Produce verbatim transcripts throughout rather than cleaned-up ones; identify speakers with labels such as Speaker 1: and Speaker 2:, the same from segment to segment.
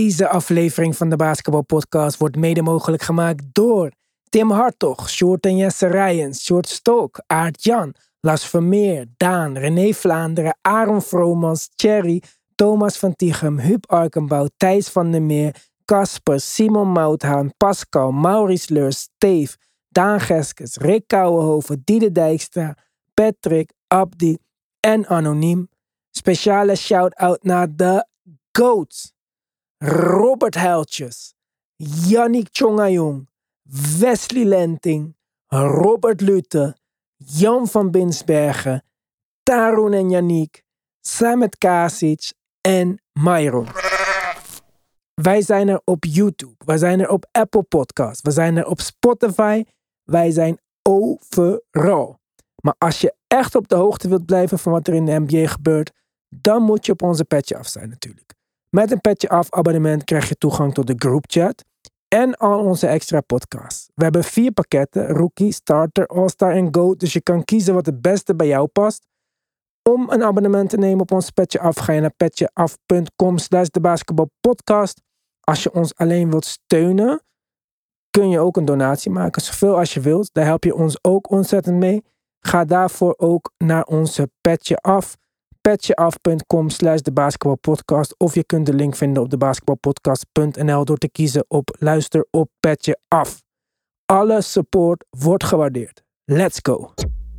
Speaker 1: Deze aflevering van de Basketbalpodcast wordt mede mogelijk gemaakt door Tim Hartog, Sjoerd en Jesse Rijens, Sjoerd Stok, Aart Jan, Las Vermeer, Daan, René Vlaanderen, Aaron Vromans, Thierry, Thomas van Tichem, Huub Arkenbouw, Thijs van der Meer, Casper, Simon Mouthaan, Pascal, Maurice Leurs, Steve, Daan Geskes, Rick Kouwenhoven, Diede Dijkstra, Patrick, Abdi en Anoniem. Speciale shout-out naar de GOATs. Robert Huiltjes, Yannick Tjongajong, Wesley Lenting, Robert Lute, Jan van Binsbergen, Tarun en Yannick, Samet Kasic en Myron. Wij zijn er op YouTube, wij zijn er op Apple Podcasts, we zijn er op Spotify, wij zijn overal. Maar als je echt op de hoogte wilt blijven van wat er in de N B A gebeurt, dan moet je op onze Petje Af zijn natuurlijk. Met een Petje Af abonnement krijg je toegang tot de groupchat en al onze extra podcasts. We hebben vier pakketten, Rookie, Starter, All-Star en Go. Dus je kan kiezen wat het beste bij jou past. Om een abonnement te nemen op onze Petje Af ga je naar petjeaf.com slash de basketbalpodcast. Als je ons alleen wilt steunen, kun je ook een donatie maken. Zoveel als je wilt. Daar help je ons ook ontzettend mee. Ga daarvoor ook naar onze Petje Af. petjeaf.com slash de basketbalpodcast. Of je kunt de link vinden op de basketbalpodcast punt n l door te kiezen op luister op Petje Af. Alle support wordt gewaardeerd. Let's go!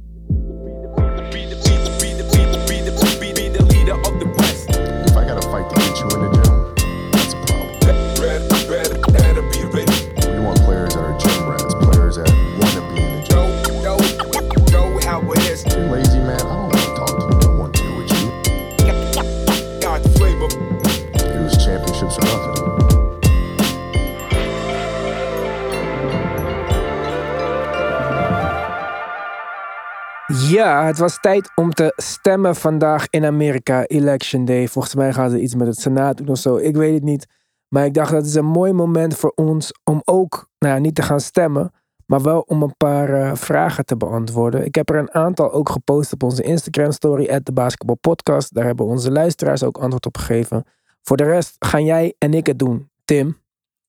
Speaker 1: Ja, het was tijd om te stemmen vandaag in Amerika, Election Day. Volgens mij gaan ze iets met het Senaat doen of zo, ik weet het niet. Maar ik dacht dat is een mooi moment voor ons om ook, nou ja, niet te gaan stemmen, maar wel om een paar uh, vragen te beantwoorden. Ik heb er een aantal ook gepost op onze Instagram story, at de basketbalpodcast. Daar hebben onze luisteraars ook antwoord op gegeven. Voor de rest gaan jij en ik het doen, Tim.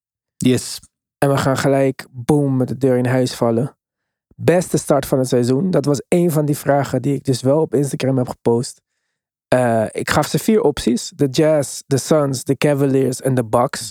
Speaker 2: Yes.
Speaker 1: En we gaan gelijk, boom, met de deur in huis vallen. Beste start van het seizoen. Dat was een van die vragen die ik dus wel op Instagram heb gepost. Uh, ik gaf ze vier opties. De Jazz, de Suns, de Cavaliers en de Bucks.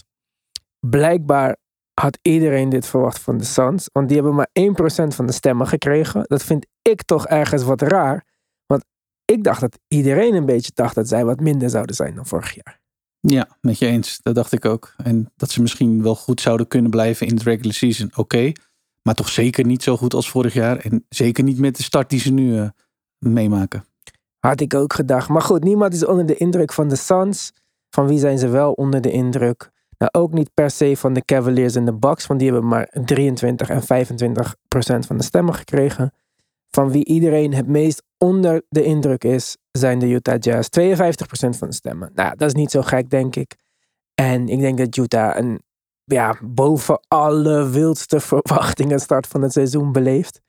Speaker 1: Blijkbaar had iedereen dit verwacht van de Suns. Want die hebben maar één procent van de stemmen gekregen. Dat vind ik toch ergens wat raar. Want ik dacht dat iedereen een beetje dacht dat zij wat minder zouden zijn dan vorig jaar.
Speaker 2: Ja, met je eens. Dat dacht ik ook. En dat ze misschien wel goed zouden kunnen blijven in het regular season. Oké. Okay. Maar toch zeker niet zo goed als vorig jaar. En zeker niet met de start die ze nu uh, meemaken.
Speaker 1: Had ik ook gedacht. Maar goed, niemand is onder de indruk van de Suns. Van wie zijn ze wel onder de indruk? Nou, ook niet per se van de Cavaliers en de Bucks. Want die hebben maar drieëntwintig en vijfentwintig procent van de stemmen gekregen. Van wie iedereen het meest onder de indruk is, zijn de Utah Jazz. tweeënvijftig procent van de stemmen. Nou, dat is niet zo gek, denk ik. En ik denk dat Utah een ja, boven alle wildste verwachtingen start van het seizoen beleeft.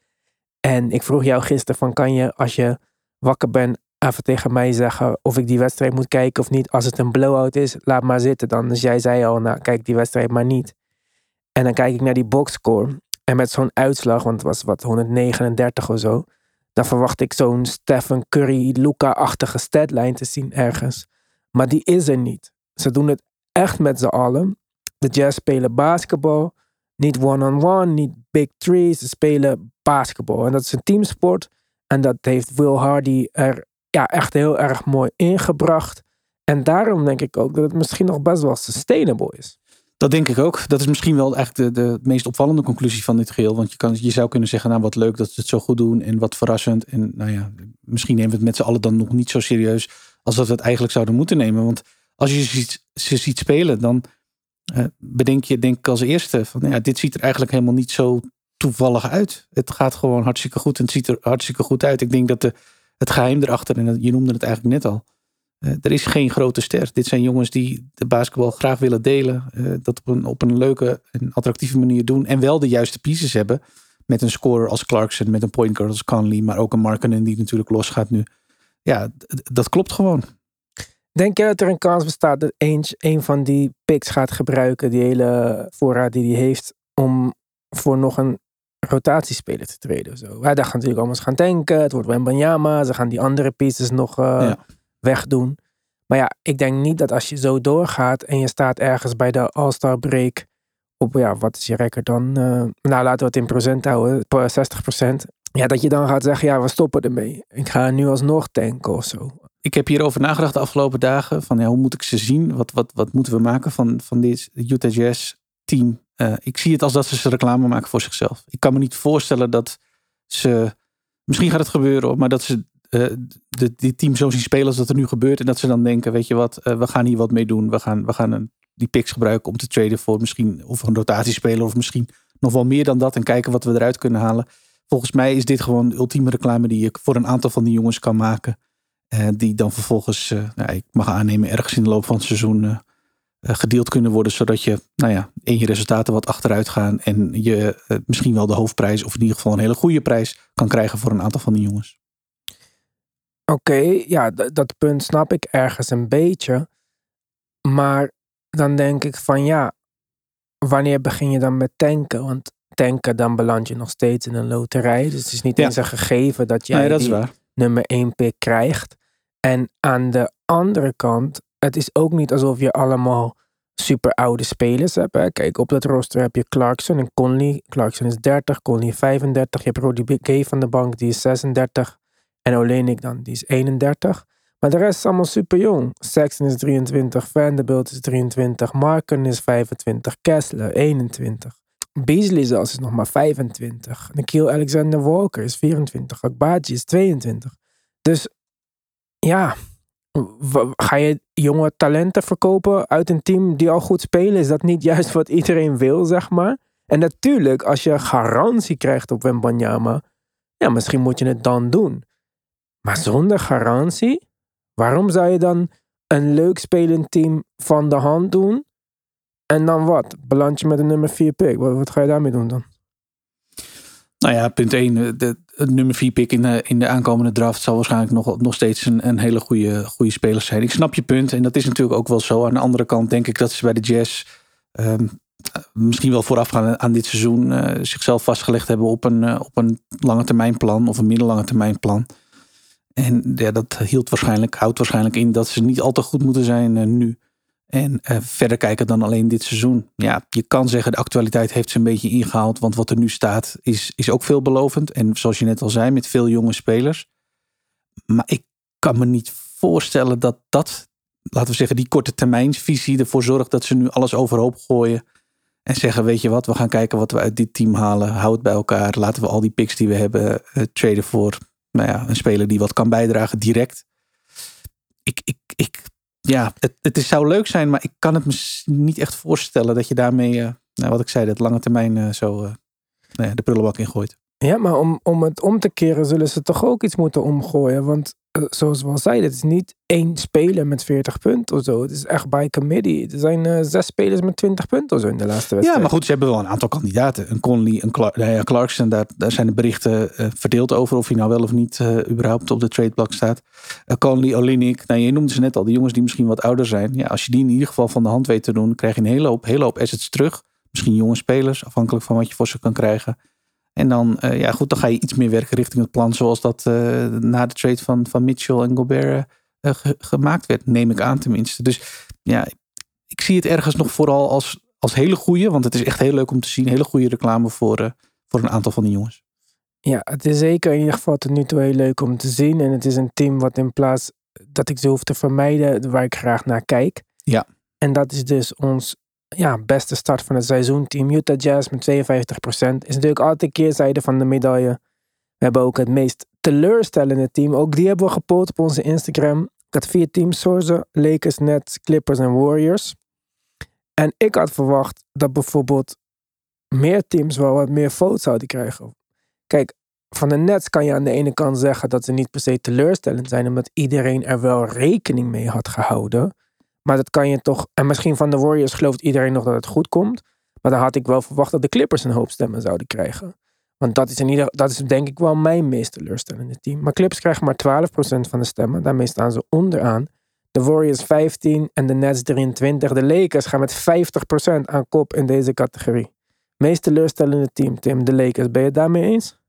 Speaker 1: En ik vroeg jou gisteren van, kan je als je wakker bent even tegen mij zeggen of ik die wedstrijd moet kijken of niet. Als het een blowout is, laat maar zitten dan. Dus jij zei al, nou kijk die wedstrijd maar niet. En dan kijk ik naar die boxscore. En met zo'n uitslag, want het was wat honderdnegenendertig of zo. Dan verwacht ik zo'n Stephen Curry, Luka-achtige statline te zien ergens. Maar die is er niet. Ze doen het echt met z'n allen. De Jazz spelen basketbal. Niet one-on-one, niet big three. Ze spelen basketbal. En dat is een teamsport. En dat heeft Will Hardy er ja, echt heel erg mooi ingebracht. En daarom denk ik ook dat het misschien nog best wel sustainable is.
Speaker 2: Dat denk ik ook. Dat is misschien wel eigenlijk de, de meest opvallende conclusie van dit geheel. Want je, kan, je zou kunnen zeggen, nou wat leuk dat ze het zo goed doen. En wat verrassend. En nou ja, misschien nemen we het met z'n allen dan nog niet zo serieus als dat we het eigenlijk zouden moeten nemen. Want als je ze ziet, ze ziet spelen, dan uh, bedenk je denk ik als eerste van ja, dit ziet er eigenlijk helemaal niet zo toevallig uit. Het gaat gewoon hartstikke goed en het ziet er hartstikke goed uit. Ik denk dat de, het geheim erachter, en je noemde het eigenlijk net al, Uh, er is geen grote ster. Dit zijn jongens die de basketbal graag willen delen. Uh, dat op een, op een leuke en attractieve manier doen. En wel de juiste pieces hebben. Met een scorer als Clarkson. Met een point guard als Conley. Maar ook een Markkanen die natuurlijk losgaat nu. Ja, d- dat klopt gewoon.
Speaker 1: Denk je dat er een kans bestaat dat Ainge een van die picks gaat gebruiken, die hele voorraad die hij heeft, om voor nog een rotatiespeler te treden of zo? Hij dacht natuurlijk allemaal gaan tanken, het wordt Wembanyama, ze gaan die andere pieces nog uh, ja. wegdoen. Maar ja, ik denk niet dat als je zo doorgaat en je staat ergens bij de All-Star break op, ja, wat is je record dan? Uh, nou, laten we het in procent houden, zestig procent. Ja, dat je dan gaat zeggen, ja, we stoppen ermee. Ik ga nu alsnog tanken of zo.
Speaker 2: Ik heb hierover nagedacht de afgelopen dagen. Van ja, hoe moet ik ze zien? Wat, wat, wat moeten we maken van, van dit Utah Jazz team? Uh, ik zie het als dat ze reclame maken voor zichzelf. Ik kan me niet voorstellen dat ze... Misschien gaat het gebeuren, maar dat ze uh, de, die team zo zien spelen als dat er nu gebeurt. En dat ze dan denken, weet je wat, uh, we gaan hier wat mee doen. We gaan, we gaan een, die picks gebruiken om te traden voor misschien of een rotatiespeler. Of misschien nog wel meer dan dat. En kijken wat we eruit kunnen halen. Volgens mij is dit gewoon de ultieme reclame die je voor een aantal van die jongens kan maken. Uh, die dan vervolgens, uh, nou, ik mag aannemen, ergens in de loop van het seizoen uh, uh, gedeeld kunnen worden. Zodat je, nou ja, in je resultaten wat achteruit gaan. En je uh, misschien wel de hoofdprijs, of in ieder geval een hele goede prijs, kan krijgen voor een aantal van die jongens.
Speaker 1: Oké, okay, ja, d- dat punt snap ik ergens een beetje. Maar dan denk ik van ja, wanneer begin je dan met tanken? Want tanken, dan beland je nog steeds in een loterij. Dus het is niet ja. eens een gegeven dat jij
Speaker 2: nee, dat
Speaker 1: die
Speaker 2: is waar.
Speaker 1: nummer één pick krijgt. En aan de andere kant, het is ook niet alsof je allemaal super oude spelers hebt. Hè? Kijk, op dat roster heb je Clarkson en Conley. Clarkson is dertig, Conley vijfendertig. Je hebt Rudy Gay van de bank, die is zesendertig. En Olynyk dan, die is eenendertig. Maar de rest is allemaal super jong. Sexton is drieëntwintig, Vanderbilt is drieëntwintig, Marken is vijfentwintig, Kessler eenentwintig. Beasley zelfs is nog maar vijfentwintig. Nickeil Alexander-Walker is vierentwintig. Agbaji is tweeëntwintig. Dus ja, ga je jonge talenten verkopen uit een team die al goed spelen? Is dat niet juist wat iedereen wil, zeg maar? En natuurlijk, als je garantie krijgt op Wembanyama, ja, misschien moet je het dan doen. Maar zonder garantie, waarom zou je dan een leuk spelend team van de hand doen? En dan wat? Beland je met een nummer vier pick? Wat, wat ga je daarmee doen dan?
Speaker 2: Nou ja, punt één. De, de nummer vier pick in de, in de aankomende draft zal waarschijnlijk nog, nog steeds een, een hele goede, goede speler zijn. Ik snap je punt. En dat is natuurlijk ook wel zo. Aan de andere kant denk ik dat ze bij de Jazz um, misschien wel voorafgaand aan dit seizoen uh, zichzelf vastgelegd hebben op een, uh, op een lange termijn plan of een middellange termijn plan. En ja, dat hield waarschijnlijk, houdt waarschijnlijk in dat ze niet al te goed moeten zijn uh, nu. En uh, verder kijken dan alleen dit seizoen. Ja, je kan zeggen, de actualiteit heeft ze een beetje ingehaald. Want wat er nu staat is, is ook veelbelovend. En zoals je net al zei, met veel jonge spelers. Maar ik kan me niet voorstellen dat dat, laten we zeggen, die korte termijnsvisie ervoor zorgt dat ze nu alles overhoop gooien. En zeggen, weet je wat, we gaan kijken wat we uit dit team halen. Hou het bij elkaar. Laten we al die picks die we hebben uh, traden voor nou ja, een speler die wat kan bijdragen direct. Ik, ik, ik Ja, het, het is, zou leuk zijn, maar ik kan het me niet echt voorstellen dat je daarmee, uh, nou, wat ik zei, dat lange termijn uh, zo uh, nou ja, de prullenbak ingooit.
Speaker 1: Ja, maar om, om het om te keren zullen ze toch ook iets moeten omgooien. Want uh, zoals we al zeiden, het is niet één speler met veertig punten of zo. Het is echt by committee. Er zijn uh, zes spelers met twintig punten of zo in de laatste wedstrijd.
Speaker 2: Ja, maar goed, ze hebben wel een aantal kandidaten. Een Conley, een Clark, nou ja, Clarkson, daar, daar zijn de berichten uh, verdeeld over of hij nou wel of niet uh, überhaupt op de tradeblok staat. Uh, Conley, Olynyk, nou, je noemde ze net al, de jongens die misschien wat ouder zijn. Ja, als je die in ieder geval van de hand weet te doen, krijg je een hele hoop, hele hoop assets terug. Misschien jonge spelers, afhankelijk van wat je voor ze kan krijgen. En dan, uh, ja goed, dan ga je iets meer werken richting het plan zoals dat uh, na de trade van, van Mitchell en Gobert uh, ge- gemaakt werd. Neem ik aan tenminste. Dus ja, ik zie het ergens nog vooral als, als hele goede, want het is echt heel leuk om te zien. Hele goede reclame voor, uh, voor een aantal van die jongens.
Speaker 1: Ja, het is zeker in ieder geval tot nu toe heel leuk om te zien. En het is een team wat in plaats dat ik ze hoef te vermijden, waar ik graag naar kijk.
Speaker 2: Ja.
Speaker 1: En dat is dus ons ja, beste start van het seizoen. Team Utah Jazz met tweeënvijftig procent. Is natuurlijk altijd een keerzijde van de medaille. We hebben ook het meest teleurstellende team. Ook die hebben we gepost op onze Instagram. Ik had vier teamsourcen. Lakers, Nets, Clippers en Warriors. En ik had verwacht dat bijvoorbeeld meer teams wel wat meer votes zouden krijgen. Kijk, van de Nets kan je aan de ene kant zeggen dat ze niet per se teleurstellend zijn, omdat iedereen er wel rekening mee had gehouden. Maar dat kan je toch... En misschien van de Warriors gelooft iedereen nog dat het goed komt. Maar dan had ik wel verwacht dat de Clippers een hoop stemmen zouden krijgen. Want dat is, in ieder, dat is denk ik wel mijn meest teleurstellende team. Maar Clippers krijgen maar twaalf procent van de stemmen. Daarmee staan ze onderaan. De Warriors vijftien en de Nets drieëntwintig. De Lakers gaan met vijftig procent aan kop in deze categorie. Meest teleurstellende team, Tim, de Lakers. Ben je het daarmee eens?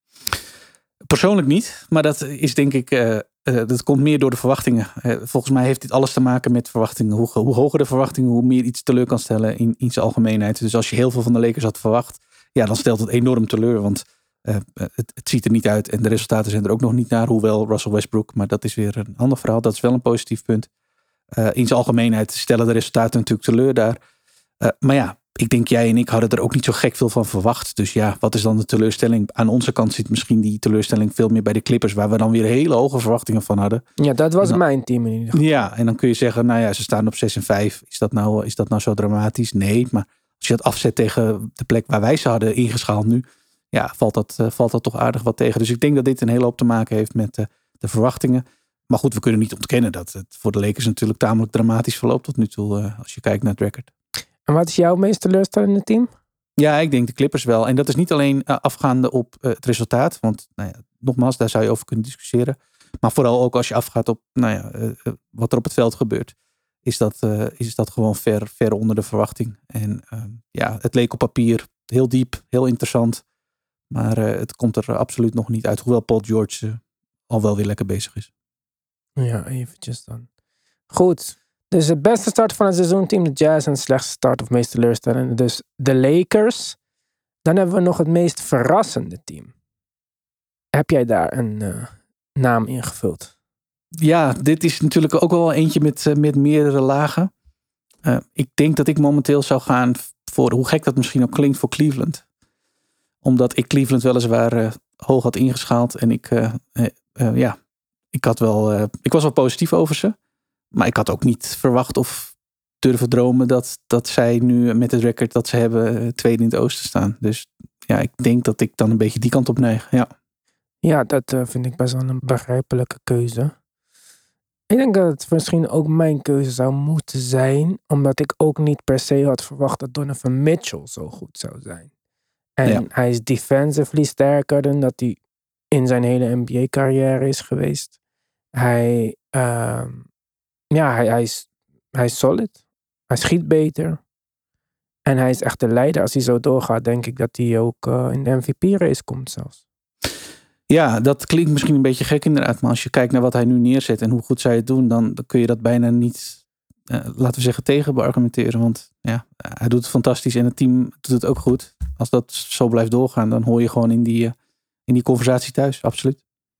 Speaker 2: Persoonlijk niet, maar dat is denk ik, uh, uh, dat komt meer door de verwachtingen. Uh, volgens mij heeft dit alles te maken met verwachtingen. Hoe, hoe hoger de verwachtingen, hoe meer iets teleur kan stellen in, in zijn algemeenheid. Dus als je heel veel van de Lakers had verwacht, ja, dan stelt het enorm teleur. Want uh, het, het ziet er niet uit en de resultaten zijn er ook nog niet naar. Hoewel Russell Westbrook, maar dat is weer een ander verhaal. Dat is wel een positief punt. Uh, in zijn algemeenheid stellen de resultaten natuurlijk teleur daar. Uh, maar ja, ik denk jij en ik hadden er ook niet zo gek veel van verwacht. Dus ja, wat is dan de teleurstelling? Aan onze kant zit misschien die teleurstelling veel meer bij de Clippers, waar we dan weer hele hoge verwachtingen van hadden.
Speaker 1: Ja, dat was
Speaker 2: dan,
Speaker 1: mijn team in ieder geval.
Speaker 2: Ja, en dan kun je zeggen, nou ja, ze staan op zes en vijf. Is dat nou, is dat nou zo dramatisch? Nee, maar als je dat afzet tegen de plek waar wij ze hadden ingeschaald nu, ja, valt dat, uh, valt dat toch aardig wat tegen. Dus ik denk dat dit een hele hoop te maken heeft met uh, de verwachtingen. Maar goed, we kunnen niet ontkennen dat het voor de Lakers natuurlijk tamelijk dramatisch verloopt tot nu toe, uh, als je kijkt naar het record.
Speaker 1: En wat is jouw meest teleurstellende team?
Speaker 2: Ja, ik denk de Clippers wel. En dat is niet alleen uh, afgaande op uh, het resultaat. Want nou ja, nogmaals, daar zou je over kunnen discussiëren. Maar vooral ook als je afgaat op nou ja, uh, uh, wat er op het veld gebeurt. Is dat, uh, is dat gewoon ver, ver onder de verwachting. En uh, ja, het leek op papier heel diep, heel interessant. Maar uh, het komt er absoluut nog niet uit. Hoewel Paul George uh, al wel weer lekker bezig is.
Speaker 1: Ja, eventjes dan. Goed. Dus het beste start van het seizoen, team de Jazz. En de slechtste start of meest teleurstellende. Dus de Lakers. Dan hebben we nog het meest verrassende team. Heb jij daar een uh, naam ingevuld?
Speaker 2: Ja, dit is natuurlijk ook wel eentje met, uh, met meerdere lagen. Uh, ik denk dat ik momenteel zou gaan voor, hoe gek dat misschien ook klinkt, voor Cleveland. Omdat ik Cleveland weliswaar uh, hoog had ingeschaald. En ik, uh, uh, uh, ja, ik, had wel, uh, ik was wel positief over ze. Maar ik had ook niet verwacht of durven dromen dat, dat zij nu met het record dat ze hebben tweede in het oosten staan. Dus ja, ik denk dat ik dan een beetje die kant op neig. Ja,
Speaker 1: ja dat uh, vind ik best wel een begrijpelijke keuze. Ik denk dat het misschien ook mijn keuze zou moeten zijn. Omdat ik ook niet per se had verwacht dat Donovan Mitchell zo goed zou zijn. En ja. Hij is defensively sterker dan dat hij in zijn hele N B A-carrière is geweest. Hij... Uh, Ja, hij, hij, is, hij is solid. Hij schiet beter. En hij is echt de leider. Als hij zo doorgaat, denk ik dat hij ook uh, in de M V P-race komt zelfs.
Speaker 2: Ja, dat klinkt misschien een beetje gek inderdaad. Maar als je kijkt naar wat hij nu neerzet en hoe goed zij het doen, dan, dan kun je dat bijna niet, uh, laten we zeggen, tegen beargumenteren. Want ja, hij doet het fantastisch en het team doet het ook goed. Als dat zo blijft doorgaan, dan hoor je gewoon in die, uh, in die conversatie thuis. Absoluut.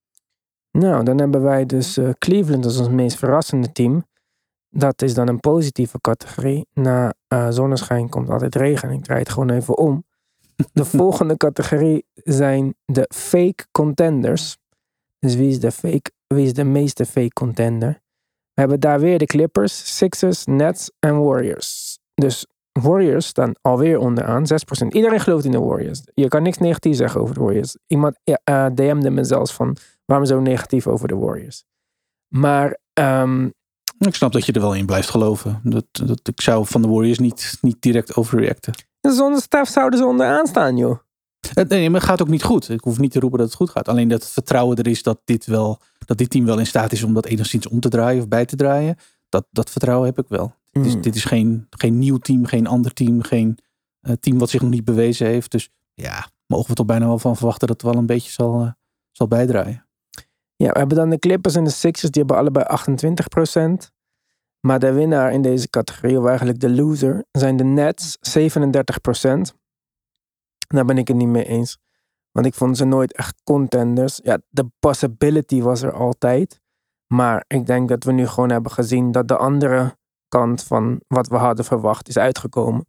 Speaker 1: Nou, dan hebben wij dus uh, Cleveland als ons meest verrassende team. Dat is dan een positieve categorie. Na uh, zonneschijn komt altijd regen. Ik draai het gewoon even om. De volgende categorie zijn de fake contenders. Dus wie is de, fake, wie is de meeste fake contender? We hebben daar weer de Clippers, Sixers, Nets en Warriors. Dus Warriors staan alweer onderaan, zes procent. Iedereen gelooft in de Warriors. Je kan niks negatief zeggen over de Warriors. Iemand uh, D M'de me zelfs van, waarom zo negatief over de Warriors? Maar... Um,
Speaker 2: ik snap dat je er wel in blijft geloven. Dat, dat, ik zou van de Warriors niet, niet direct overreacten.
Speaker 1: Zonder Steph zouden ze onderaan staan, joh.
Speaker 2: Nee, maar het gaat ook niet goed. Ik hoef niet te roepen dat het goed gaat. Alleen dat het vertrouwen er is dat dit, wel, dat dit team wel in staat is om dat enigszins om te draaien of bij te draaien. Dat, dat vertrouwen heb ik wel. Mm. Dit is, dit is geen, geen nieuw team, geen ander team, geen uh, team wat zich nog niet bewezen heeft. Dus ja, mogen we toch bijna wel van verwachten dat het wel een beetje zal, uh, zal bijdraaien.
Speaker 1: Ja, we hebben dan de Clippers en de Sixers, die hebben allebei achtentwintig procent. Maar de winnaar in deze categorie, of eigenlijk de loser, zijn de Nets, zevenendertig procent. Daar ben ik het niet mee eens. Want ik vond ze nooit echt contenders. Ja, de possibility was er altijd. Maar ik denk dat we nu gewoon hebben gezien dat de andere kant van wat we hadden verwacht is uitgekomen.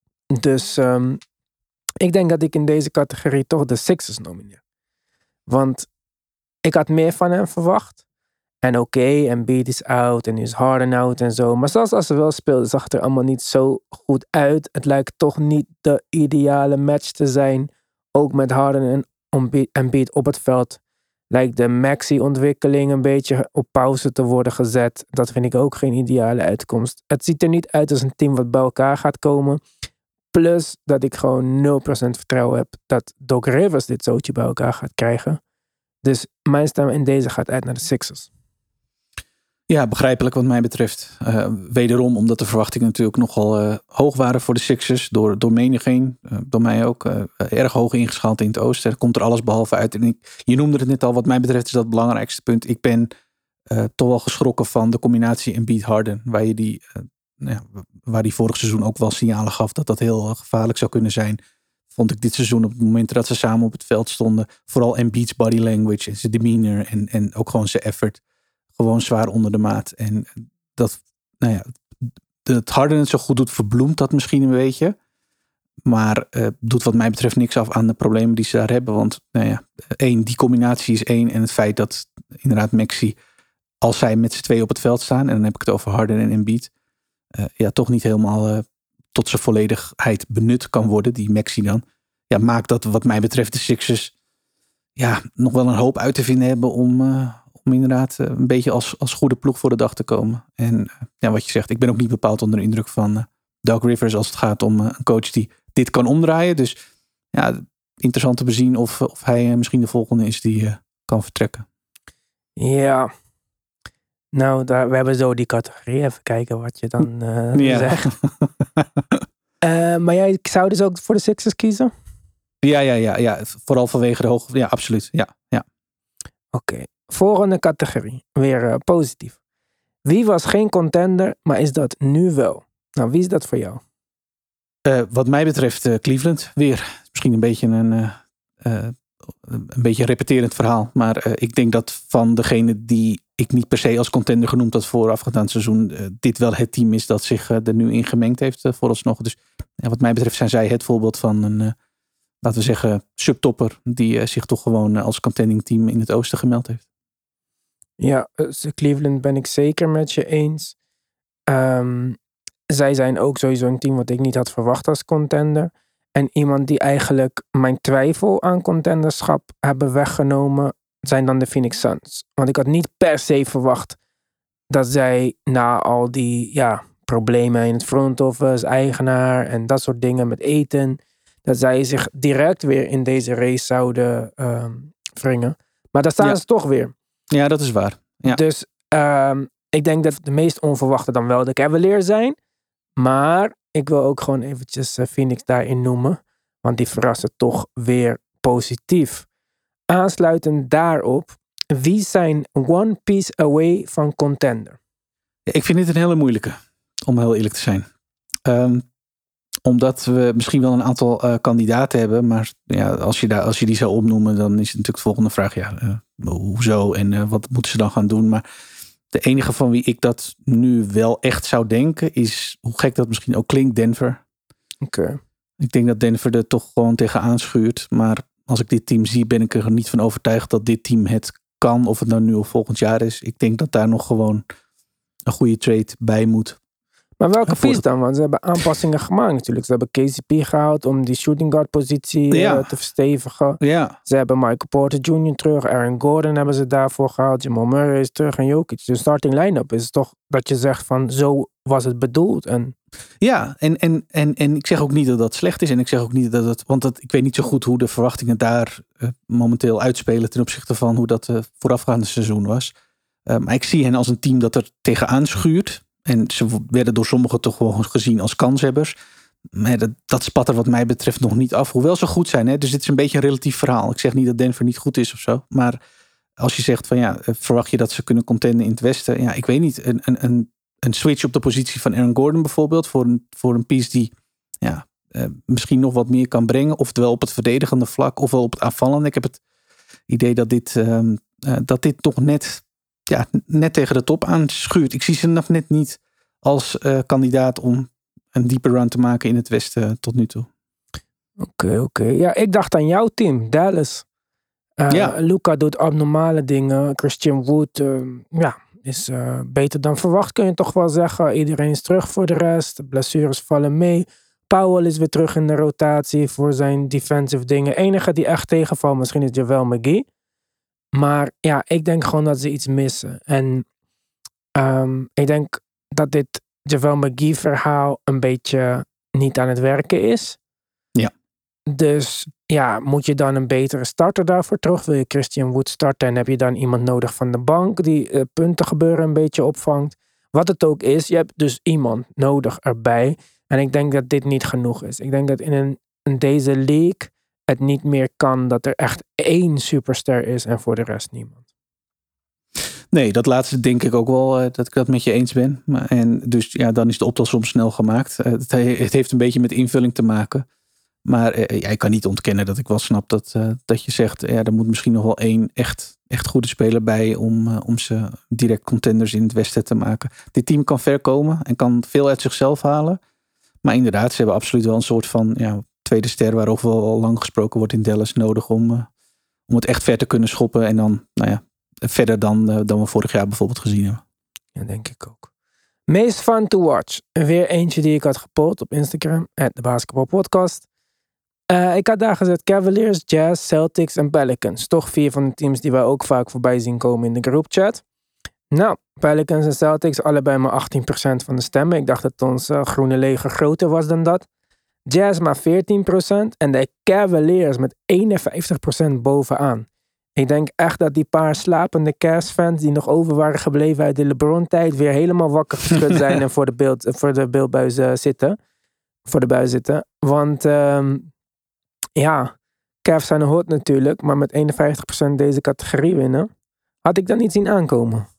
Speaker 1: Dus um, ik denk dat ik in deze categorie toch de Sixers nomineer. Want ik had meer van hen verwacht. En oké, okay, Embiid is out en nu is Harden out en zo. Maar zelfs als ze wel speelden, zag het er allemaal niet zo goed uit. Het lijkt toch niet de ideale match te zijn. Ook met Harden en Embiid op het veld. Lijkt de Maxi-ontwikkeling een beetje op pauze te worden gezet. Dat vind ik ook geen ideale uitkomst. Het ziet er niet uit als een team wat bij elkaar gaat komen. Plus dat ik gewoon nul procent vertrouwen heb dat Doc Rivers dit zootje bij elkaar gaat krijgen. Dus mijn stem in deze gaat uit naar de Sixers.
Speaker 2: Ja, begrijpelijk wat mij betreft. Uh, wederom omdat de verwachtingen natuurlijk nogal uh, hoog waren voor de Sixers. Door, door menigeen, uh, door mij ook. Uh, erg hoog ingeschaald in het oosten. Er komt er alles behalve uit. En ik, je noemde het net al, wat mij betreft is dat het belangrijkste punt. Ik ben uh, toch wel geschrokken van de combinatie Embiid-Harden. Waar je die, uh, nou ja, waar die vorig seizoen ook wel signalen gaf dat dat heel uh, gevaarlijk zou kunnen zijn. Vond ik dit seizoen op het moment dat ze samen op het veld stonden. Vooral Embiid's body language en zijn demeanor. En, en ook gewoon zijn effort. Gewoon zwaar onder de maat. En dat, nou ja, het Harden het zo goed doet, verbloemt dat misschien een beetje. Maar uh, doet wat mij betreft niks af aan de problemen die ze daar hebben. Want, nou ja, één, die combinatie is één. En het feit dat inderdaad Maxey, als zij met z'n twee op het veld staan, en dan heb ik het over Harden en Embiid, uh, ja, toch niet helemaal uh, tot zijn volledigheid benut kan worden, die Maxey dan. Ja, maakt dat wat mij betreft de Sixers ja, nog wel een hoop uit te vinden hebben om... Uh, Om inderdaad een beetje als, als goede ploeg voor de dag te komen. En ja, wat je zegt, ik ben ook niet bepaald onder de indruk van uh, Doug Rivers als het gaat om uh, een coach die dit kan omdraaien. Dus ja, interessant te bezien of, of hij uh, misschien de volgende is die uh, kan vertrekken.
Speaker 1: Ja, nou, daar, we hebben zo die categorie. Even kijken wat je dan uh, ja. zegt. uh, maar jij zou dus ook voor de Sixers kiezen?
Speaker 2: Ja, ja, ja, ja. Vooral vanwege de hoogte. Ja, absoluut. Ja, ja.
Speaker 1: Oké. Okay. Volgende categorie. Weer uh, positief. Wie was geen contender, maar is dat nu wel? Nou, wie is dat voor jou?
Speaker 2: Uh, wat mij betreft uh, Cleveland. Weer misschien een beetje een, uh, uh, een beetje een repeterend verhaal. Maar uh, ik denk dat van degene die ik niet per se als contender genoemd had voorafgaand aan het seizoen, uh, dit wel het team is dat zich uh, er nu in gemengd heeft uh, vooralsnog. Dus uh, wat mij betreft zijn zij het voorbeeld van een, uh, laten we zeggen, subtopper die uh, zich toch gewoon uh, als contending team in het oosten gemeld heeft.
Speaker 1: Ja, Cleveland ben ik zeker met je eens. Um, zij zijn ook sowieso een team wat ik niet had verwacht als contender. En iemand die eigenlijk mijn twijfel aan contenderschap hebben weggenomen, zijn dan de Phoenix Suns. Want ik had niet per se verwacht dat zij na al die ja, problemen in het front office, eigenaar en dat soort dingen met eten, dat zij zich direct weer in deze race zouden um, wringen. Maar daar staan ja. ze toch weer.
Speaker 2: Ja, dat is waar. Ja.
Speaker 1: Dus um, ik denk dat de meest onverwachte dan wel de Cavaliers zijn. Maar ik wil ook gewoon eventjes uh, Phoenix daarin noemen. Want die verrassen toch weer positief. Aansluitend daarop, wie zijn one piece away van contender?
Speaker 2: Ja, ik vind dit een hele moeilijke, om heel eerlijk te zijn. Um, omdat we misschien wel een aantal uh, kandidaten hebben. Maar ja, als, je daar, als je die zou opnoemen, dan is het natuurlijk de volgende vraag. Ja, uh, hoezo en uh, wat moeten ze dan gaan doen? Maar de enige van wie ik dat nu wel echt zou denken is, hoe gek dat misschien ook klinkt, Denver.
Speaker 1: Oké. Okay.
Speaker 2: Ik denk dat Denver er toch gewoon tegenaan schuurt. Maar als ik dit team zie, ben ik er niet van overtuigd dat dit team het kan. Of het nou nu of volgend jaar is. Ik denk dat daar nog gewoon een goede trade bij moet.
Speaker 1: Maar welke ja, piece dan? Want ze hebben aanpassingen gemaakt natuurlijk. Ze hebben K C P gehaald om die shooting guard positie ja. uh, te verstevigen.
Speaker 2: Ja.
Speaker 1: Ze hebben Michael Porter junior terug. Aaron Gordon hebben ze daarvoor gehaald. Jamal Murray is terug en Jokic. De starting line-up is toch dat je zegt van zo was het bedoeld. En...
Speaker 2: Ja, en, en, en, en ik zeg ook niet dat dat slecht is. En ik zeg ook niet dat het... Want dat, ik weet niet zo goed hoe de verwachtingen daar uh, momenteel uitspelen ten opzichte van hoe dat uh, voorafgaande seizoen was. Uh, maar ik zie hen als een team dat er tegenaan schuurt. En ze werden door sommigen toch wel gezien als kanshebbers. Maar dat, dat spat er wat mij betreft nog niet af. Hoewel ze goed zijn. Hè? Dus dit is een beetje een relatief verhaal. Ik zeg niet dat Denver niet goed is of zo. Maar als je zegt van ja, verwacht je dat ze kunnen contenden in het westen? Ja, ik weet niet. Een, een, een switch op de positie van Aaron Gordon bijvoorbeeld. Voor een, voor een piece die ja, uh, misschien nog wat meer kan brengen. Oftewel op het verdedigende vlak. Ofwel op het aanvallende. Ik heb het idee dat dit, uh, uh, dat dit toch net... Ja, net tegen de top aanschuurt. Ik zie ze nog net niet als uh, kandidaat om een diepe run te maken in het westen uh, tot nu toe.
Speaker 1: Oké, okay, oké. Okay. Ja, ik dacht aan jouw team, Dallas. Uh, ja. Luka doet abnormale dingen. Christian Wood uh, ja, is uh, beter dan verwacht, kun je toch wel zeggen. Iedereen is terug voor de rest. De blessures vallen mee. Powell is weer terug in de rotatie voor zijn defensive dingen. Enige die echt tegenvalt misschien is JaVale McGee. Maar ja, ik denk gewoon dat ze iets missen. En um, ik denk dat dit JaVale McGee verhaal een beetje niet aan het werken is.
Speaker 2: Ja.
Speaker 1: Dus ja, moet je dan een betere starter daarvoor terug? Wil je Christian Wood starten en heb je dan iemand nodig van de bank die uh, punten gebeuren een beetje opvangt? Wat het ook is, je hebt dus iemand nodig erbij. En ik denk dat dit niet genoeg is. Ik denk dat in, een, in deze league het niet meer kan dat er echt één superster is en voor de rest niemand.
Speaker 2: Nee, dat laatste denk ik ook wel uh, dat ik dat met je eens ben. Maar, en dus ja, dan is de optelsom snel gemaakt. Uh, het, het heeft een beetje met invulling te maken. Maar uh, ja, ik kan niet ontkennen dat ik wel snap dat, uh, dat je zegt, ja, er moet misschien nog wel één echt, echt goede speler bij om, uh, om ze direct contenders in het Westen te maken. Dit team kan ver komen en kan veel uit zichzelf halen. Maar inderdaad, ze hebben absoluut wel een soort van ja, tweede ster waarover wel al lang gesproken wordt in Dallas nodig om, uh, om het echt ver te kunnen schoppen. En dan, nou ja, verder dan, uh, dan we vorig jaar bijvoorbeeld gezien hebben.
Speaker 1: Ja, denk ik ook. Meest fun to watch. Weer eentje die ik had gepost op Instagram. at de Basketball Podcast. Uh, ik had daar gezet Cavaliers, Jazz, Celtics en Pelicans. Toch vier van de teams die wij ook vaak voorbij zien komen in de groupchat. Nou, Pelicans en Celtics allebei maar achttien procent van de stemmen. Ik dacht dat ons uh, groene leger groter was dan dat. Jazz maar veertien procent. En de Cavaliers met eenenvijftig procent bovenaan. Ik denk echt dat die paar slapende Cavs-fans die nog over waren gebleven uit de LeBron-tijd weer helemaal wakker geschud zijn en voor de, beeld, voor de beeldbuis uh, zitten. Voor de buis zitten. Want um, ja, Cavs zijn hot natuurlijk, maar met eenenvijftig procent deze categorie winnen, had ik dat niet zien aankomen.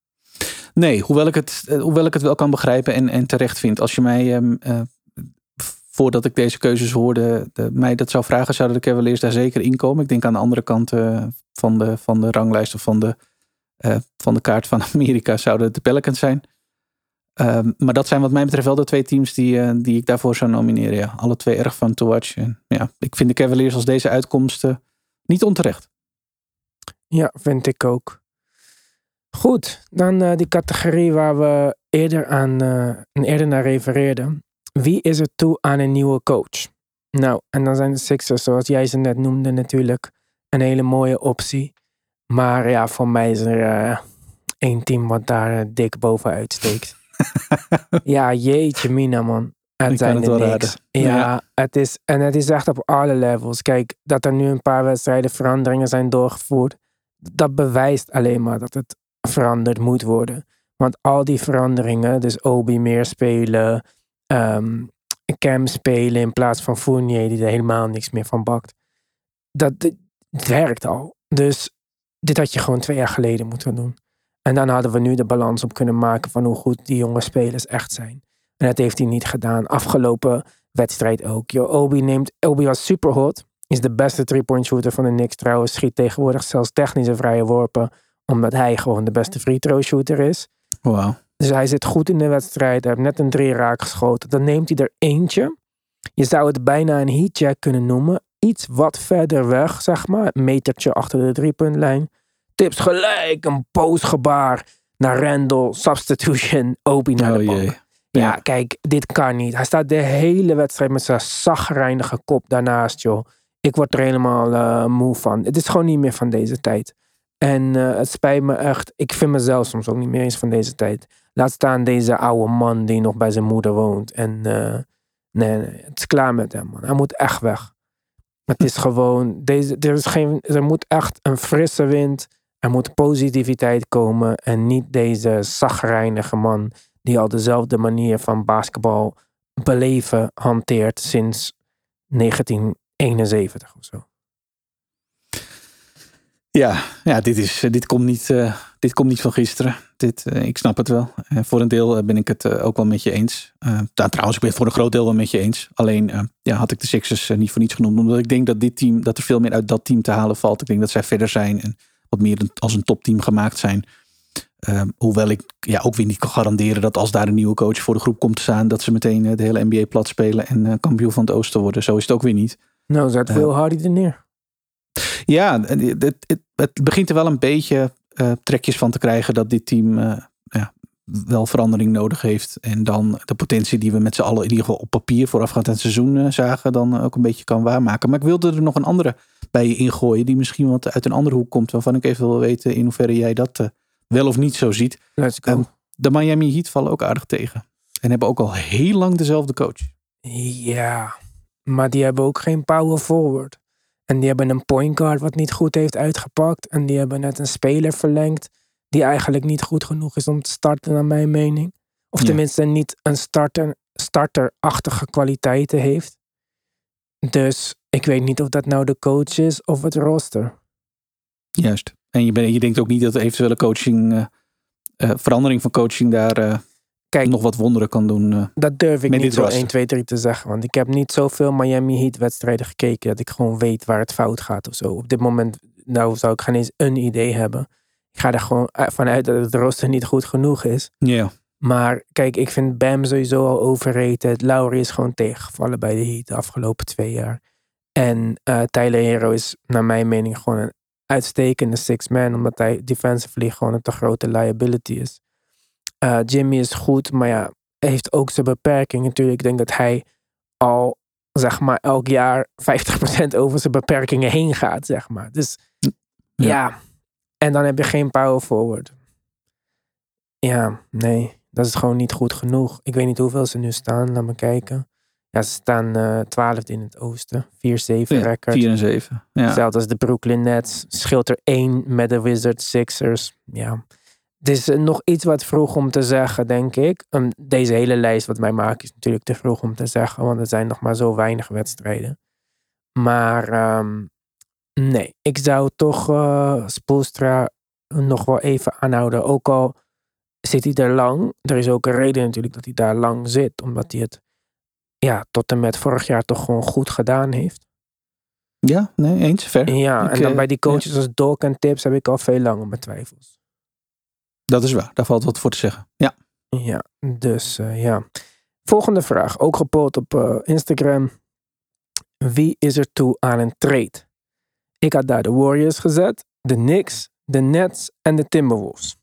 Speaker 2: Nee, hoewel ik het, hoewel ik het wel kan begrijpen en, en terecht vind. Als je mij, um, uh, voordat ik deze keuzes hoorde, de, mij dat zou vragen, zouden de Cavaliers daar zeker in komen. Ik denk aan de andere kant uh, van, de, van de ranglijst of van de, uh, van de kaart van Amerika zouden het de Pelicans zijn. Um, maar dat zijn wat mij betreft wel de twee teams die, uh, die ik daarvoor zou nomineren. Ja. Alle twee erg fun to watch. En, ja, ik vind de Cavaliers als deze uitkomsten niet onterecht.
Speaker 1: Ja, vind ik ook. Goed, dan uh, die categorie waar we eerder, aan, uh, eerder naar refereerden. Wie is er toe aan een nieuwe coach? Nou, en dan zijn de Sixers, zoals jij ze net noemde natuurlijk, een hele mooie optie. Maar ja, voor mij is er uh, één team wat daar uh, dik bovenuit steekt. Ja, jeetje mina man. Het
Speaker 2: ik
Speaker 1: zijn
Speaker 2: het
Speaker 1: er
Speaker 2: wel
Speaker 1: niks. Ja, ja. Het is, en het is echt op alle levels. Kijk, dat er nu een paar wedstrijden veranderingen zijn doorgevoerd, dat bewijst alleen maar dat het veranderd moet worden. Want al die veranderingen, dus Obi meer spelen, um, Cam spelen in plaats van Fournier die er helemaal niks meer van bakt. Dat het werkt al. Dus dit had je gewoon twee jaar geleden moeten doen. En dan hadden we nu de balans op kunnen maken van hoe goed die jonge spelers echt zijn. En dat heeft hij niet gedaan. Afgelopen wedstrijd ook. Yo, Obi, neemt, Obi was super hot. Is de beste three-point shooter van de Knicks trouwens. Schiet tegenwoordig zelfs technische vrije worpen. Omdat hij gewoon de beste free throw shooter is.
Speaker 2: Wow.
Speaker 1: Dus hij zit goed in de wedstrijd. Hij heeft net een drie raak geschoten. Dan neemt hij er eentje. Je zou het bijna een heatcheck kunnen noemen. Iets wat verder weg, zeg maar. Een metertje achter de driepuntlijn. Tips gelijk een postgebaar naar Randall. Substitution. Obi naar
Speaker 2: oh,
Speaker 1: de bank.
Speaker 2: Jee.
Speaker 1: Ja,
Speaker 2: Ja,
Speaker 1: kijk, dit kan niet. Hij staat de hele wedstrijd met zijn zagrijnige kop daarnaast, joh. Ik word er helemaal uh, moe van. Het is gewoon niet meer van deze tijd. En uh, het spijt me echt. Ik vind mezelf soms ook niet meer eens van deze tijd. Laat staan deze oude man die nog bij zijn moeder woont. En uh, nee, nee, het is klaar met hem, man. Hij moet echt weg. Het is gewoon, deze, er, is geen, er moet echt een frisse wind. Er moet positiviteit komen. En niet deze zagrijnige man die al dezelfde manier van basketbal beleven hanteert sinds negentien eenenzeventig of zo.
Speaker 2: ja, ja dit, is, dit, komt niet, uh, dit komt niet van gisteren. Dit, uh, ik snap het wel. Uh, voor een deel uh, ben ik het uh, ook wel met je eens. Uh, nou, trouwens, ik ben het voor een groot deel wel met je eens. Alleen uh, ja, had ik de Sixers uh, niet voor niets genoemd. Omdat ik denk dat dit team, dat er veel meer uit dat team te halen valt. Ik denk dat zij verder zijn en wat meer als een topteam gemaakt zijn. Uh, hoewel ik ja, ook weer niet kan garanderen dat als daar een nieuwe coach voor de groep komt te staan, dat ze meteen uh, de hele N B A plat spelen en uh, kampioen van het Oosten worden. Zo is het ook weer niet.
Speaker 1: Nou, zet veel uh, Hardy er neer.
Speaker 2: Ja, het, het, het begint er wel een beetje uh, trekjes van te krijgen dat dit team uh, ja, wel verandering nodig heeft. En dan de potentie die we met z'n allen in ieder geval op papier voorafgaand aan het seizoen uh, zagen, dan uh, ook een beetje kan waarmaken. Maar ik wilde er nog een andere bij je ingooien, die misschien wat uit een andere hoek komt, waarvan ik even wil weten in hoeverre jij dat uh, wel of niet zo ziet.
Speaker 1: Let's go. Um,
Speaker 2: de Miami Heat vallen ook aardig tegen. En hebben ook al heel lang dezelfde coach.
Speaker 1: Ja, maar die hebben ook geen power forward. En die hebben een point guard wat niet goed heeft uitgepakt. En die hebben net een speler verlengd die eigenlijk niet goed genoeg is om te starten, naar mijn mening. Of
Speaker 2: Ja.
Speaker 1: tenminste niet een starter, starterachtige kwaliteiten heeft. Dus ik weet niet of dat nou de coach is of het roster.
Speaker 2: Juist. En je, ben, je denkt ook niet dat de eventuele coaching, uh, uh, verandering van coaching daar uh, Kijk, nog wat wonderen kan doen. Uh,
Speaker 1: dat durf ik
Speaker 2: met
Speaker 1: niet
Speaker 2: dit
Speaker 1: zo
Speaker 2: roster.
Speaker 1: één, twee, drie te zeggen. Want ik heb niet zoveel Miami Heat wedstrijden gekeken dat ik gewoon weet waar het fout gaat of zo. Op dit moment nou, zou ik geen eens een idee hebben. Ik ga er gewoon vanuit dat het roster niet goed genoeg is.
Speaker 2: Ja. Yeah.
Speaker 1: Maar kijk, ik vind Bam sowieso al overrated. Lowry is gewoon tegengevallen bij de Heat de afgelopen twee jaar. En uh, Tyler Hero is naar mijn mening gewoon een uitstekende six man. Omdat hij defensively gewoon een te grote liability is. Uh, Jimmy is goed, maar ja, heeft ook zijn beperking natuurlijk. Ik denk dat hij al, zeg maar, elk jaar vijftig procent over zijn beperkingen heen gaat, zeg maar. Dus ja. ja. En dan heb je geen power forward. Ja, nee. Dat is gewoon niet goed genoeg. Ik weet niet hoeveel ze nu staan. Laat me kijken. Ja, ze staan uh, twaalfde in het oosten. vier zeven
Speaker 2: ja,
Speaker 1: record.
Speaker 2: vier en zeven. Ja.
Speaker 1: Hetzelfde als de Brooklyn Nets. Scheelt er één met de Wizards, Sixers. Ja. Het is uh, nog iets wat vroeg om te zeggen, denk ik. Um, deze hele lijst wat wij maken is natuurlijk te vroeg om te zeggen. Want er zijn nog maar zo weinig wedstrijden. Maar um, nee. Ik zou toch uh, Spoelstra nog wel even aanhouden. Ook al zit hij er lang. Er is ook een reden natuurlijk dat hij daar lang zit. Omdat hij het ja, tot en met vorig jaar toch gewoon goed gedaan heeft.
Speaker 2: Ja, nee, eens, ver.
Speaker 1: Ja,
Speaker 2: ik,
Speaker 1: en dan bij die coaches
Speaker 2: ja.
Speaker 1: als Doc en Tips heb ik al veel langer mijn twijfels.
Speaker 2: Dat is waar, daar valt wat voor te zeggen. Ja.
Speaker 1: Ja, dus uh, ja. Volgende vraag, ook gepost op uh, Instagram. Wie is er toe aan een trade? Ik had daar de Warriors gezet, de Knicks, de Nets en de Timberwolves.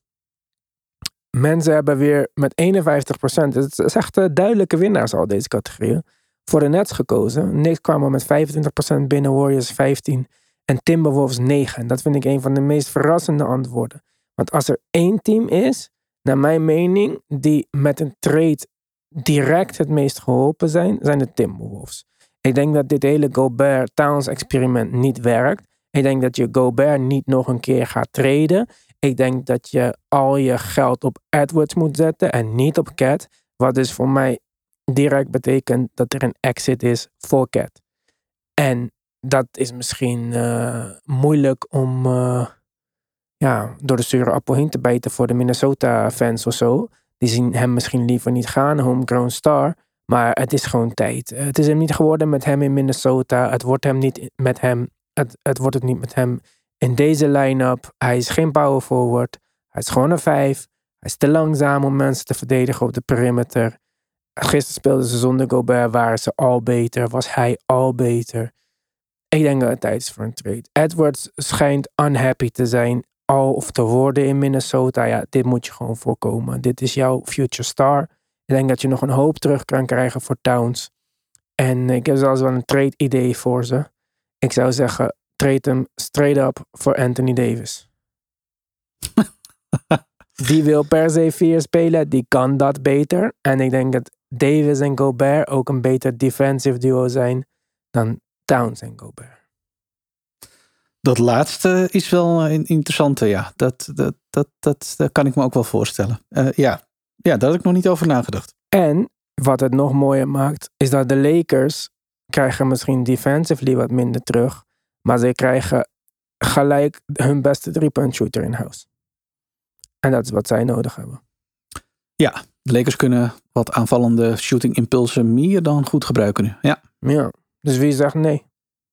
Speaker 1: Mensen hebben weer met eenenvijftig procent, het is echt uh, duidelijke winnaars al deze categorieën, voor de Nets gekozen. Knicks kwamen met vijfentwintig procent binnen, Warriors vijftien en Timberwolves negen. En dat vind ik een van de meest verrassende antwoorden. Want als er één team is, naar mijn mening, die met een trade direct het meest geholpen zijn, zijn de Timberwolves. Ik denk dat dit hele Gobert-Towns-experiment niet werkt. Ik denk dat je Gobert niet nog een keer gaat traden. Ik denk dat je al je geld op Edwards moet zetten en niet op Cat. Wat dus voor mij direct betekent dat er een exit is voor Cat. En dat is misschien uh, moeilijk om uh, ja, door de zure appel heen te bijten voor de Minnesota-fans of zo. Die zien hem misschien liever niet gaan, homegrown star. Maar het is gewoon tijd. Het is hem niet geworden met hem in Minnesota. Het wordt hem niet met hem. Het, het wordt het niet met hem in deze line-up. Hij is geen power forward. Hij is gewoon een vijf. Hij is te langzaam om mensen te verdedigen op de perimeter. Gisteren speelden ze zonder Gobert. Waren ze al beter. Was hij al beter. Ik denk dat het tijd is voor een trade. Edwards schijnt unhappy te zijn. Al of te worden in Minnesota. Ja, dit moet je gewoon voorkomen. Dit is jouw future star. Ik denk dat je nog een hoop terug kan krijgen voor Towns. En ik heb zelfs wel een trade idee voor ze. Ik zou zeggen, trade hem straight up voor Anthony Davis. Die wil per se vier spelen. Die kan dat beter. En ik denk dat Davis en Gobert ook een beter defensive duo zijn dan Towns en Gobert.
Speaker 2: Dat laatste is wel een interessante, ja. Dat, dat, dat, dat, dat kan ik me ook wel voorstellen. Uh, ja. ja, daar had ik nog niet over nagedacht.
Speaker 1: En wat het nog mooier maakt, is dat de Lakers krijgen misschien defensively wat minder terug. Maar ze krijgen gelijk hun beste drie-punt shooter in huis. En dat is wat zij nodig hebben.
Speaker 2: Ja, de Lakers kunnen wat aanvallende shooting impulsen meer dan goed gebruiken nu. Ja,
Speaker 1: ja dus wie zegt nee?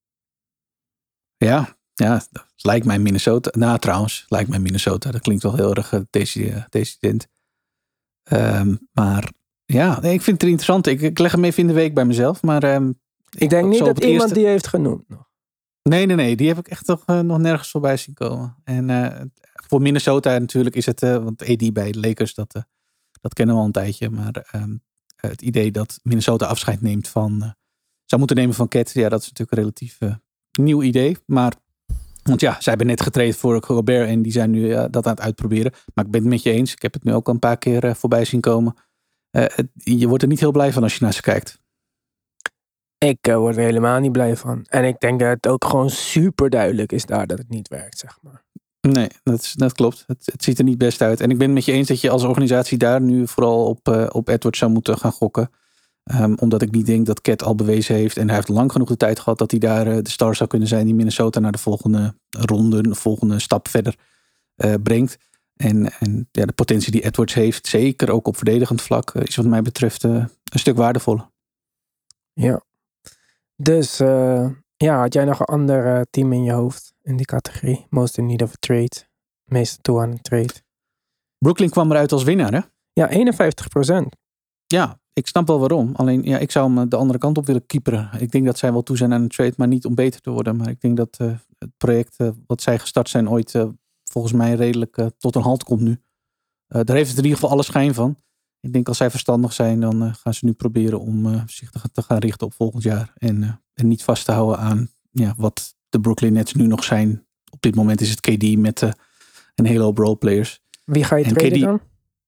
Speaker 2: Ja, ja, lijkt mij Minnesota. Nou, trouwens, lijkt mij Minnesota. Dat klinkt wel heel erg uh, decident. Um, maar ja, nee, ik vind het interessant. Ik, ik leg hem even in de week bij mezelf. Maar um,
Speaker 1: ik denk niet dat iemand eerste... die heeft genoemd nog.
Speaker 2: Nee, nee, nee. Die heb ik echt toch uh, nog nergens voorbij zien komen. En uh, voor Minnesota natuurlijk is het... Uh, want A D bij de Lakers, dat, uh, dat kennen we al een tijdje. Maar um, het idee dat Minnesota afscheid neemt van... Uh, zou moeten nemen van Cat. Ja, dat is natuurlijk een relatief uh, nieuw idee. Maar... Want ja, zij hebben net getraind voor Gobert en die zijn nu uh, dat aan het uitproberen. Maar ik ben het met je eens. Ik heb het nu ook al een paar keer uh, voorbij zien komen. Uh, het, je wordt er niet heel blij van als je naar ze kijkt.
Speaker 1: Ik uh, word er helemaal niet blij van. En ik denk dat het ook gewoon super duidelijk is daar dat het niet werkt, zeg maar.
Speaker 2: Nee, dat, is, dat klopt. Het, het ziet er niet best uit. En ik ben het met je eens dat je als organisatie daar nu vooral op, uh, op Edwards zou moeten gaan gokken. Um, omdat ik niet denk dat Cat al bewezen heeft. En hij heeft lang genoeg de tijd gehad dat hij daar uh, de star zou kunnen zijn die Minnesota naar de volgende ronde, de volgende stap verder uh, brengt. En, en ja, de potentie die Edwards heeft, zeker ook op verdedigend vlak, uh, is wat mij betreft uh, een stuk waardevoller.
Speaker 1: Ja. Dus uh, ja, had jij nog een ander uh, team in je hoofd in die categorie? Most in need of a trade. Meeste toe aan een trade.
Speaker 2: Brooklyn kwam eruit als winnaar, hè?
Speaker 1: Ja, eenenvijftig procent.
Speaker 2: Ja, ik snap wel waarom. Alleen, ja, ik zou hem de andere kant op willen keeperen. Ik denk dat zij wel toe zijn aan een trade, maar niet om beter te worden. Maar ik denk dat uh, het project uh, wat zij gestart zijn ooit uh, volgens mij redelijk uh, tot een halt komt nu. Uh, daar heeft het in ieder geval alle schijn van. Ik denk als zij verstandig zijn, dan uh, gaan ze nu proberen om uh, zich te, te gaan richten op volgend jaar. En, uh, en niet vast te houden aan ja, wat de Brooklyn Nets nu nog zijn. Op dit moment is het K D met uh, een hele hoop roleplayers.
Speaker 1: Wie ga je
Speaker 2: en
Speaker 1: traden
Speaker 2: K D,
Speaker 1: dan?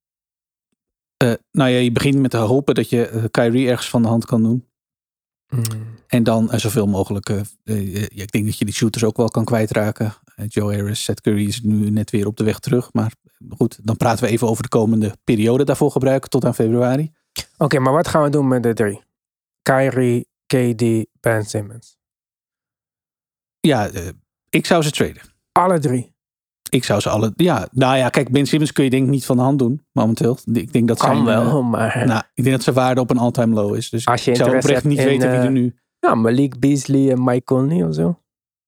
Speaker 2: Uh, nou ja, je begint met te hopen dat je uh, Kyrie ergens van de hand kan doen.
Speaker 1: Mm.
Speaker 2: En dan uh, zoveel mogelijk. Uh, uh, ja, ik denk dat je die shooters ook wel kan kwijtraken. Uh, Joe Harris, Seth Curry is nu net weer op de weg terug. Maar goed, dan praten we even over de komende periode daarvoor gebruiken tot aan februari.
Speaker 1: Oké, okay, maar wat gaan we doen met de drie? Kyrie, K D, Ben Simmons.
Speaker 2: Ja, uh, ik zou ze traden.
Speaker 1: Alle drie?
Speaker 2: Ik zou ze alle... Ja, nou ja, kijk, Ben Simmons kun je denk ik niet van de hand doen, momenteel. Ik denk dat
Speaker 1: kan
Speaker 2: zijn,
Speaker 1: wel,
Speaker 2: uh,
Speaker 1: maar...
Speaker 2: Nou, ik denk dat zijn waarde op een all-time low is. Dus
Speaker 1: als je
Speaker 2: ik zou oprecht niet
Speaker 1: in,
Speaker 2: weten
Speaker 1: uh,
Speaker 2: wie er nu...
Speaker 1: Ja, Malik Beasley en Mike Conley of zo.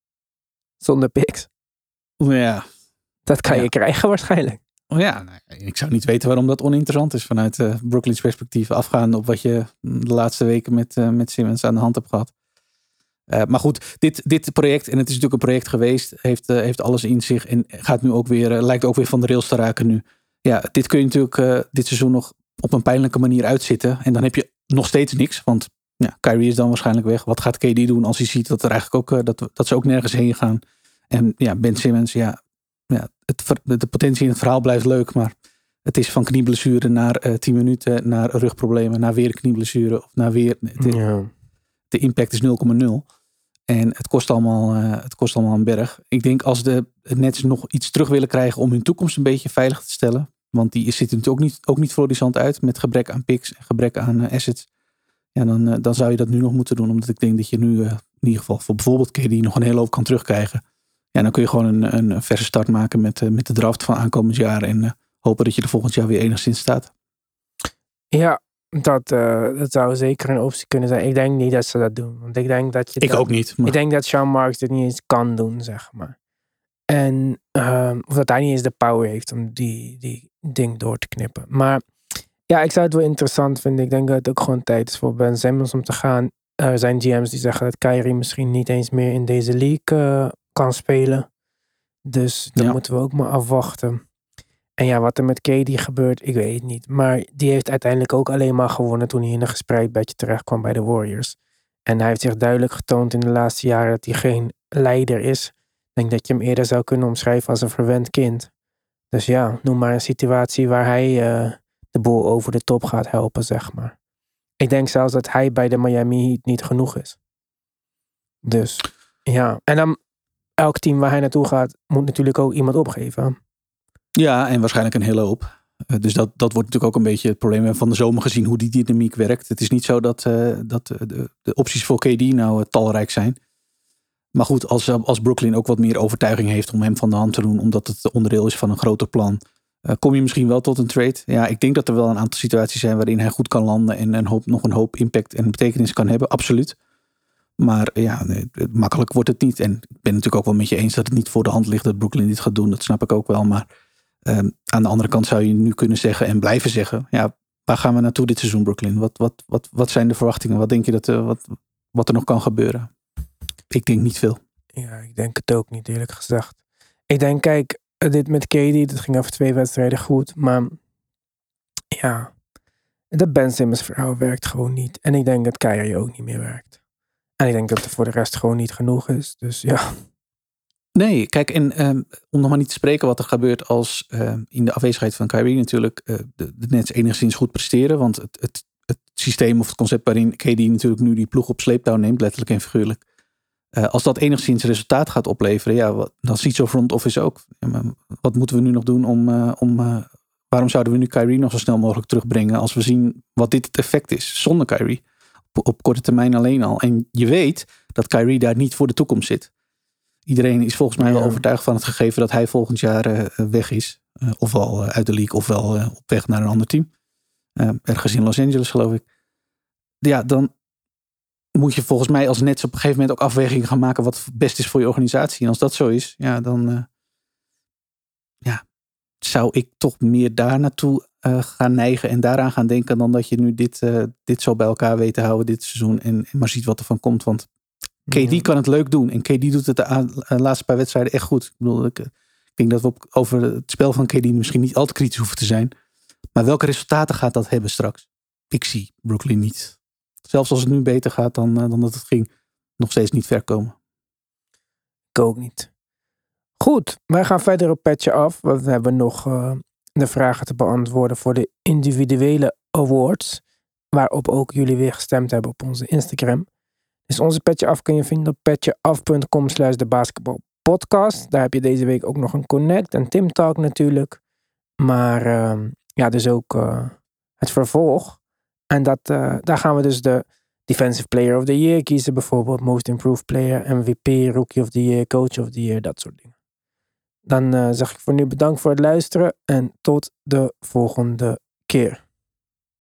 Speaker 1: Zonder picks.
Speaker 2: Ja.
Speaker 1: Dat kan
Speaker 2: ja.
Speaker 1: je krijgen waarschijnlijk.
Speaker 2: Ja, nou, ik zou niet weten waarom dat oninteressant is vanuit uh, Brooklyn's perspectief. Afgaande op wat je de laatste weken met, uh, met Simmons aan de hand hebt gehad. Uh, maar goed, dit, dit project, en het is natuurlijk een project geweest, heeft, uh, heeft alles in zich en gaat nu ook weer, uh, lijkt ook weer van de rails te raken nu. Ja, dit kun je natuurlijk uh, dit seizoen nog op een pijnlijke manier uitzitten. En dan heb je nog steeds niks, want ja, Kyrie is dan waarschijnlijk weg. Wat gaat K D doen als hij ziet dat er eigenlijk ook, uh, dat, dat ze ook nergens heen gaan? En ja, Ben Simmons, ja, ja het, de potentie in het verhaal blijft leuk, maar het is van knieblessure naar uh, tien minuten, naar rugproblemen, naar weer knieblessure of naar weer... De,
Speaker 1: ja.
Speaker 2: de impact is nul komma nul. En het kost, allemaal, uh, het kost allemaal een berg. Ik denk als de Nets nog iets terug willen krijgen om hun toekomst een beetje veilig te stellen. Want die ziet er natuurlijk ook niet, ook niet florissant uit met gebrek aan picks en gebrek aan uh, assets. Ja, dan, uh, dan zou je dat nu nog moeten doen. Omdat ik denk dat je nu uh, in ieder geval voor bijvoorbeeld K D nog een hele hoop kan terugkrijgen. Ja, dan kun je gewoon een, een verse start maken met, uh, met de draft van aankomend jaar. En uh, hopen dat je er volgend jaar weer enigszins staat.
Speaker 1: Ja, dat, uh, dat zou zeker een optie kunnen zijn. Ik denk niet dat ze dat doen. Want ik denk dat je
Speaker 2: Ik
Speaker 1: dat,
Speaker 2: ook niet. Maar...
Speaker 1: Ik denk dat Sean Marks dit niet eens kan doen, zeg maar. En um, of dat hij niet eens de power heeft om die, die ding door te knippen. Maar ja, ik zou het wel interessant vinden. Ik denk dat het ook gewoon tijd is voor Ben Simmons om te gaan. Er zijn G M's die zeggen dat Kyrie misschien niet eens meer in deze league uh, kan spelen. Dus dat
Speaker 2: ja.
Speaker 1: moeten we ook maar afwachten. En ja, wat er met K D gebeurt, ik weet het niet. Maar die heeft uiteindelijk ook alleen maar gewonnen toen hij in een gespreid bedje terecht kwam bij de Warriors. En hij heeft zich duidelijk getoond in de laatste jaren dat hij geen leider is. Ik denk dat je hem eerder zou kunnen omschrijven als een verwend kind. Dus ja, noem maar een situatie waar hij uh, de boel over de top gaat helpen, zeg maar. Ik denk zelfs dat hij bij de Miami Heat niet genoeg is. Dus ja, en dan elk team waar hij naartoe gaat, moet natuurlijk ook iemand opgeven.
Speaker 2: Ja, en waarschijnlijk een hele hoop. Uh, dus dat, dat wordt natuurlijk ook een beetje het probleem. We hebben van de zomer gezien hoe die dynamiek werkt. Het is niet zo dat, uh, dat uh, de, de opties voor K D nou uh, talrijk zijn. Maar goed, als, als Brooklyn ook wat meer overtuiging heeft om hem van de hand te doen, omdat het onderdeel is van een groter plan, uh, kom je misschien wel tot een trade. Ja, ik denk dat er wel een aantal situaties zijn waarin hij goed kan landen en een hoop, nog een hoop impact en betekenis kan hebben. Absoluut. Maar ja, nee, makkelijk wordt het niet. En ik ben natuurlijk ook wel met je eens dat het niet voor de hand ligt dat Brooklyn dit gaat doen. Dat snap ik ook wel. Maar um, aan de andere kant zou je nu kunnen zeggen en blijven zeggen, ja, waar gaan we naartoe dit seizoen, Brooklyn? Wat, wat, wat, wat zijn de verwachtingen? Wat denk je dat uh, wat, wat er nog kan gebeuren? Ik denk niet veel.
Speaker 1: Ja, ik denk het ook niet, eerlijk gezegd. Ik denk, kijk, dit met K D, dat ging over twee wedstrijden goed. Maar ja, dat Ben Simmons verhaal werkt gewoon niet. En ik denk dat Kyrie ook niet meer werkt. En ik denk dat er voor de rest gewoon niet genoeg is. Dus ja.
Speaker 2: Nee, kijk, en um, om nog maar niet te spreken wat er gebeurt als uh, in de afwezigheid van Kyrie natuurlijk uh, de, de Nets enigszins goed presteren. Want het, het het systeem of het concept waarin K D natuurlijk nu die ploeg op sleeptouw neemt, letterlijk en figuurlijk. Uh, als dat enigszins resultaat gaat opleveren, ja, wat, dan ziet zo'n front office ook. Ja, maar wat moeten we nu nog doen om, uh, om uh, waarom zouden we nu Kyrie nog zo snel mogelijk terugbrengen als we zien wat dit het effect is zonder Kyrie? Op, op korte termijn alleen al. En je weet dat Kyrie daar niet voor de toekomst zit. Iedereen is volgens mij wel ja. overtuigd van het gegeven dat hij volgend jaar uh, weg is. Uh, ofwel uh, uit de league, ofwel uh, op weg naar een ander team. Uh, ergens in Los Angeles, geloof ik. Ja, dan moet je volgens mij als Nets op een gegeven moment ook afwegingen gaan maken wat het best is voor je organisatie. En als dat zo is, ja, dan uh, ja, zou ik toch meer daar naartoe uh, gaan neigen en daaraan gaan denken dan dat je nu dit, uh, dit zo bij elkaar weet te houden dit seizoen en, en maar ziet wat er van komt. Want K D ja. kan het leuk doen en K D doet het de uh, laatste paar wedstrijden echt goed. Ik bedoel, ik, ik denk dat we op, over het spel van K D misschien niet al te kritisch hoeven te zijn. Maar welke resultaten gaat dat hebben straks? Ik zie Brooklyn niet. Zelfs als het nu beter gaat dan, uh, dan dat het ging, nog steeds niet ver komen.
Speaker 1: Ik ook niet. Goed, wij gaan verder op Petje Af. We hebben nog uh, de vragen te beantwoorden voor de individuele awards. Waarop ook jullie weer gestemd hebben op onze Instagram. Dus onze Petje Af kun je vinden op petjeaf.com slash de basketbalpodcast. Daar heb je deze week ook nog een Connect en Tim Talk natuurlijk. Maar uh, ja, dus ook uh, het vervolg. En dat, uh, daar gaan we dus de Defensive Player of the Year kiezen. Bijvoorbeeld Most Improved Player, M V P, Rookie of the Year, Coach of the Year, dat soort dingen. Dan uh, zeg ik voor nu bedankt voor het luisteren en tot de volgende keer.